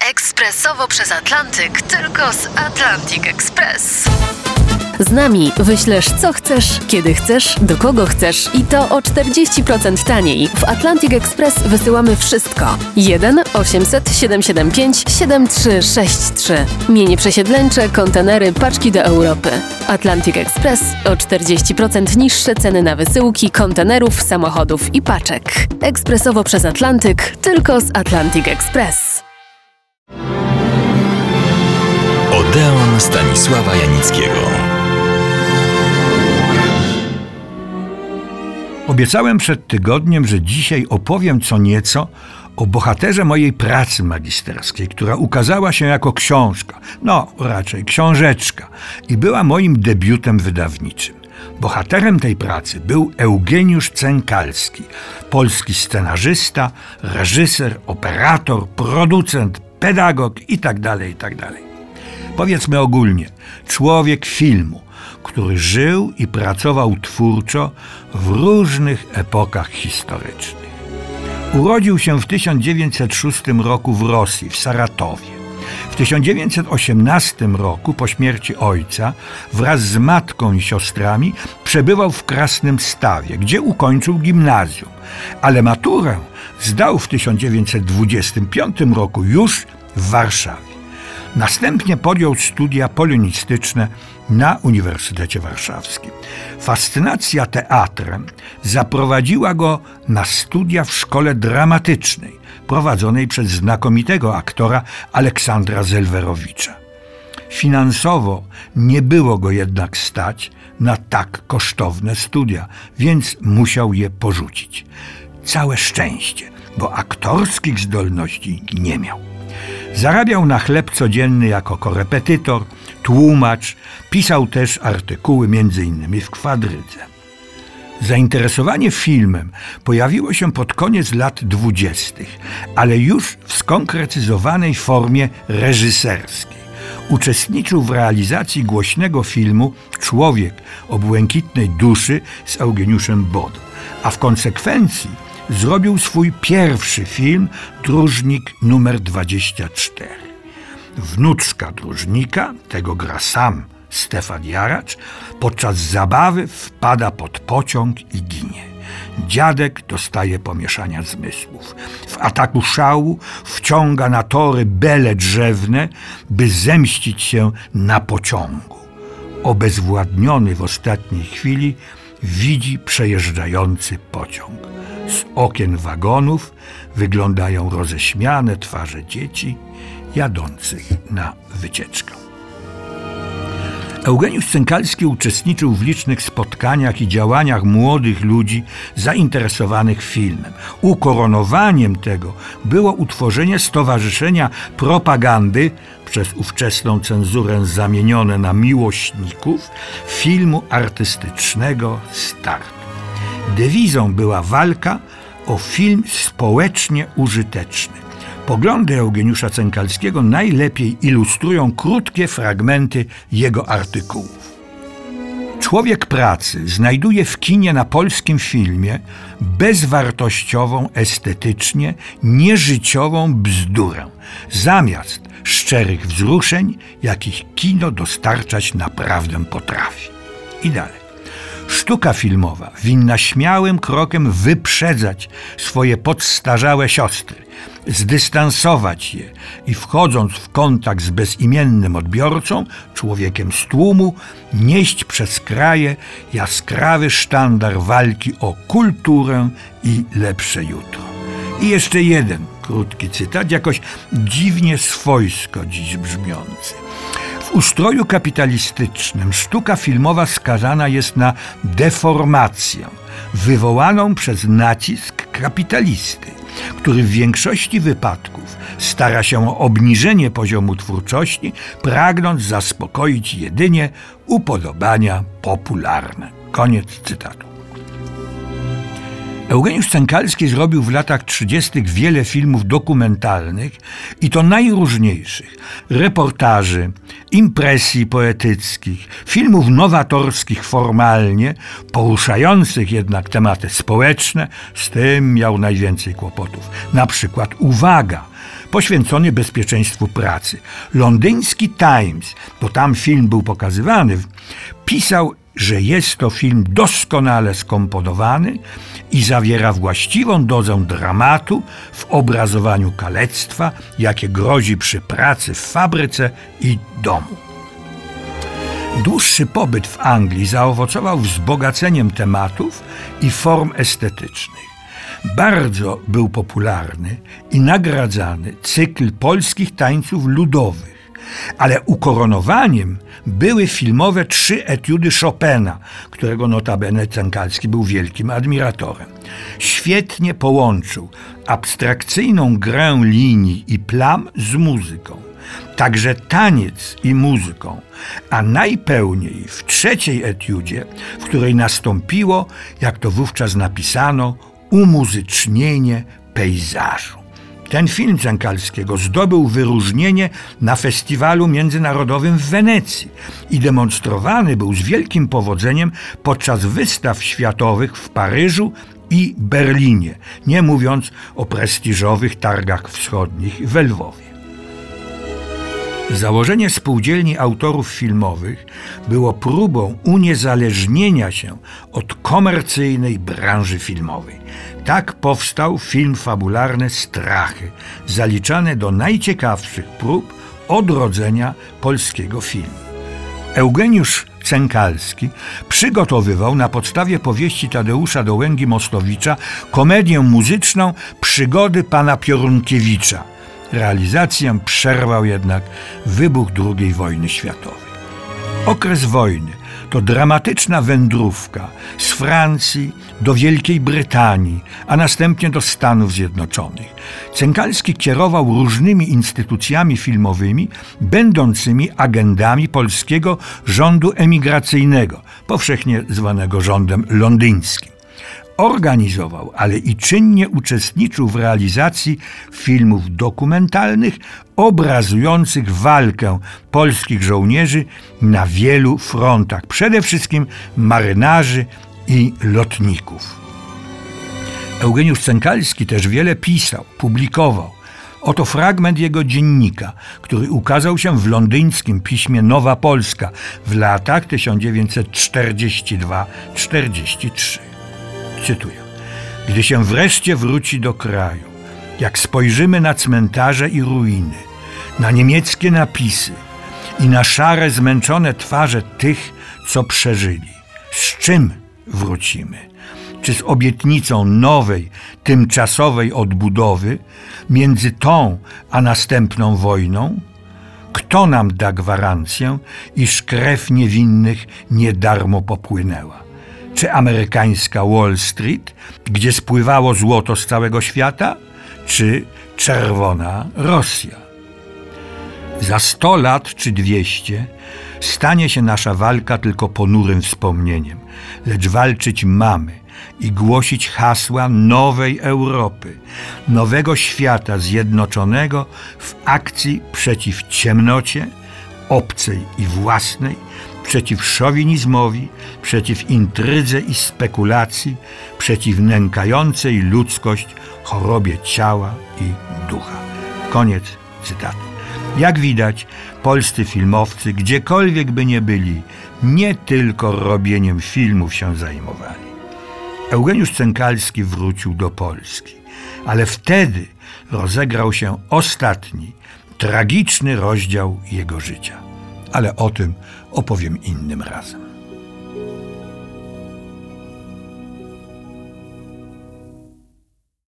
Ekspresowo przez Atlantyk, tylko z Atlantic Express. Z nami wyślesz co chcesz, kiedy chcesz, do kogo chcesz i to o 40% taniej. W Atlantic Express wysyłamy wszystko. 1 800 775 7363. Mienie przesiedleńcze, kontenery, paczki do Europy. Atlantic Express o 40% niższe ceny na wysyłki kontenerów, samochodów i paczek. Ekspresowo przez Atlantyk, tylko z Atlantic Express. Odeon Stanisława Janickiego. Obiecałem przed tygodniem, że dzisiaj opowiem co nieco o bohaterze mojej pracy magisterskiej, która ukazała się jako książka, raczej książeczka, i była moim debiutem wydawniczym. Bohaterem tej pracy był Eugeniusz Cękalski, polski scenarzysta, reżyser, operator, producent, pedagog itd. Powiedzmy ogólnie, człowiek filmu, który żył i pracował twórczo w różnych epokach historycznych. Urodził się w 1906 roku w Rosji, w Saratowie. W 1918 roku, po śmierci ojca, wraz z matką i siostrami przebywał w Krasnymstawie, gdzie ukończył gimnazjum, ale maturę zdał w 1925 roku już w Warszawie. Następnie podjął studia polonistyczne na Uniwersytecie Warszawskim. Fascynacja teatrem zaprowadziła go na studia w szkole dramatycznej, prowadzonej przez znakomitego aktora Aleksandra Zelwerowicza. Finansowo nie było go jednak stać na tak kosztowne studia, więc musiał je porzucić. Całe szczęście, bo aktorskich zdolności nie miał. Zarabiał na chleb codzienny jako korepetytor, tłumacz, pisał też artykuły m.in. w Kwadrydze. Zainteresowanie filmem pojawiło się pod koniec lat 20., ale już w skonkretyzowanej formie reżyserskiej. Uczestniczył w realizacji głośnego filmu Człowiek o błękitnej duszy z Eugeniuszem Bodą, a w konsekwencji zrobił swój pierwszy film Dróżnik numer 24. Wnuczka dróżnika, tego gra sam Stefan Jaracz, podczas zabawy wpada pod pociąg i ginie. Dziadek dostaje pomieszania zmysłów. W ataku szału wciąga na tory bele drzewne, by zemścić się na pociągu. Obezwładniony w ostatniej chwili widzi przejeżdżający pociąg. Z okien wagonów wyglądają roześmiane twarze dzieci jadących na wycieczkę. Eugeniusz Cękalski uczestniczył w licznych spotkaniach i działaniach młodych ludzi zainteresowanych filmem. Ukoronowaniem tego było utworzenie Stowarzyszenia Propagandy, przez ówczesną cenzurę zamienione na miłośników, filmu artystycznego Start. Dewizą była walka o film społecznie użyteczny. Poglądy Eugeniusza Cękalskiego najlepiej ilustrują krótkie fragmenty jego artykułów. Człowiek pracy znajduje w kinie na polskim filmie bezwartościową estetycznie, nieżyciową bzdurę, zamiast szczerych wzruszeń, jakich kino dostarczać naprawdę potrafi. I dalej. Sztuka filmowa winna śmiałym krokiem wyprzedzać swoje podstarzałe siostry, zdystansować je i wchodząc w kontakt z bezimiennym odbiorcą, człowiekiem z tłumu, nieść przez kraje jaskrawy sztandar walki o kulturę i lepsze jutro. I jeszcze jeden krótki cytat, jakoś dziwnie swojsko dziś brzmiący. W ustroju kapitalistycznym sztuka filmowa skazana jest na deformację wywołaną przez nacisk kapitalisty, który w większości wypadków stara się o obniżenie poziomu twórczości, pragnąc zaspokoić jedynie upodobania popularne. Koniec cytatu. Eugeniusz Cękalski zrobił w latach 30. wiele filmów dokumentalnych i to najróżniejszych. Reportaży, impresji poetyckich, filmów nowatorskich formalnie, poruszających jednak tematy społeczne, z tym miał najwięcej kłopotów. Na przykład Uwaga, poświęcony bezpieczeństwu pracy. Londyński Times, bo tam film był pokazywany, pisał, że jest to film doskonale skomponowany i zawiera właściwą dozę dramatu w obrazowaniu kalectwa, jakie grozi przy pracy w fabryce i domu. Dłuższy pobyt w Anglii zaowocował wzbogaceniem tematów i form estetycznych. Bardzo był popularny i nagradzany cykl polskich tańców ludowych, ale ukoronowaniem były filmowe 3 etiudy Chopina, którego notabene Cękalski był wielkim admiratorem. Świetnie połączył abstrakcyjną grę linii i plam z muzyką, także taniec i muzyką, a najpełniej w 3. etiudzie, w której nastąpiło, jak to wówczas napisano, umuzycznienie pejzażu. Ten film Cękalskiego zdobył wyróżnienie na festiwalu międzynarodowym w Wenecji i demonstrowany był z wielkim powodzeniem podczas wystaw światowych w Paryżu i Berlinie, nie mówiąc o prestiżowych targach wschodnich we Lwowie. Założenie Spółdzielni Autorów Filmowych było próbą uniezależnienia się od komercyjnej branży filmowej. Tak powstał film fabularny Strachy, zaliczany do najciekawszych prób odrodzenia polskiego filmu. Eugeniusz Cękalski przygotowywał na podstawie powieści Tadeusza Dołęgi-Mostowicza komedię muzyczną Przygody pana Piorunkiewicza. Realizację przerwał jednak wybuch II wojny światowej. Okres wojny to dramatyczna wędrówka z Francji do Wielkiej Brytanii, a następnie do Stanów Zjednoczonych. Cękalski kierował różnymi instytucjami filmowymi, będącymi agendami polskiego rządu emigracyjnego, powszechnie zwanego rządem londyńskim. Organizował, ale i czynnie uczestniczył w realizacji filmów dokumentalnych obrazujących walkę polskich żołnierzy na wielu frontach, przede wszystkim marynarzy i lotników. Eugeniusz Cękalski też wiele pisał, publikował. Oto fragment jego dziennika, który ukazał się w londyńskim piśmie Nowa Polska w latach 1942-43. Cytuję. Gdy się wreszcie wróci do kraju, jak spojrzymy na cmentarze i ruiny, na niemieckie napisy i na szare, zmęczone twarze tych, co przeżyli, z czym wrócimy? Czy z obietnicą nowej, tymczasowej odbudowy między tą a następną wojną? Kto nam da gwarancję, iż krew niewinnych nie darmo popłynęła? Czy amerykańska Wall Street, gdzie spływało złoto z całego świata, czy czerwona Rosja? Za 100 lat czy 200 stanie się nasza walka tylko ponurym wspomnieniem, lecz walczyć mamy i głosić hasła nowej Europy, nowego świata zjednoczonego w akcji przeciw ciemnocie, obcej i własnej, przeciw szowinizmowi, przeciw intrydze i spekulacji, przeciw nękającej ludzkość chorobie ciała i ducha. Koniec cytatu. Jak widać, polscy filmowcy, gdziekolwiek by nie byli, nie tylko robieniem filmów się zajmowali. Eugeniusz Cękalski wrócił do Polski, ale wtedy rozegrał się ostatni, tragiczny rozdział jego życia. Ale o tym opowiem innym razem.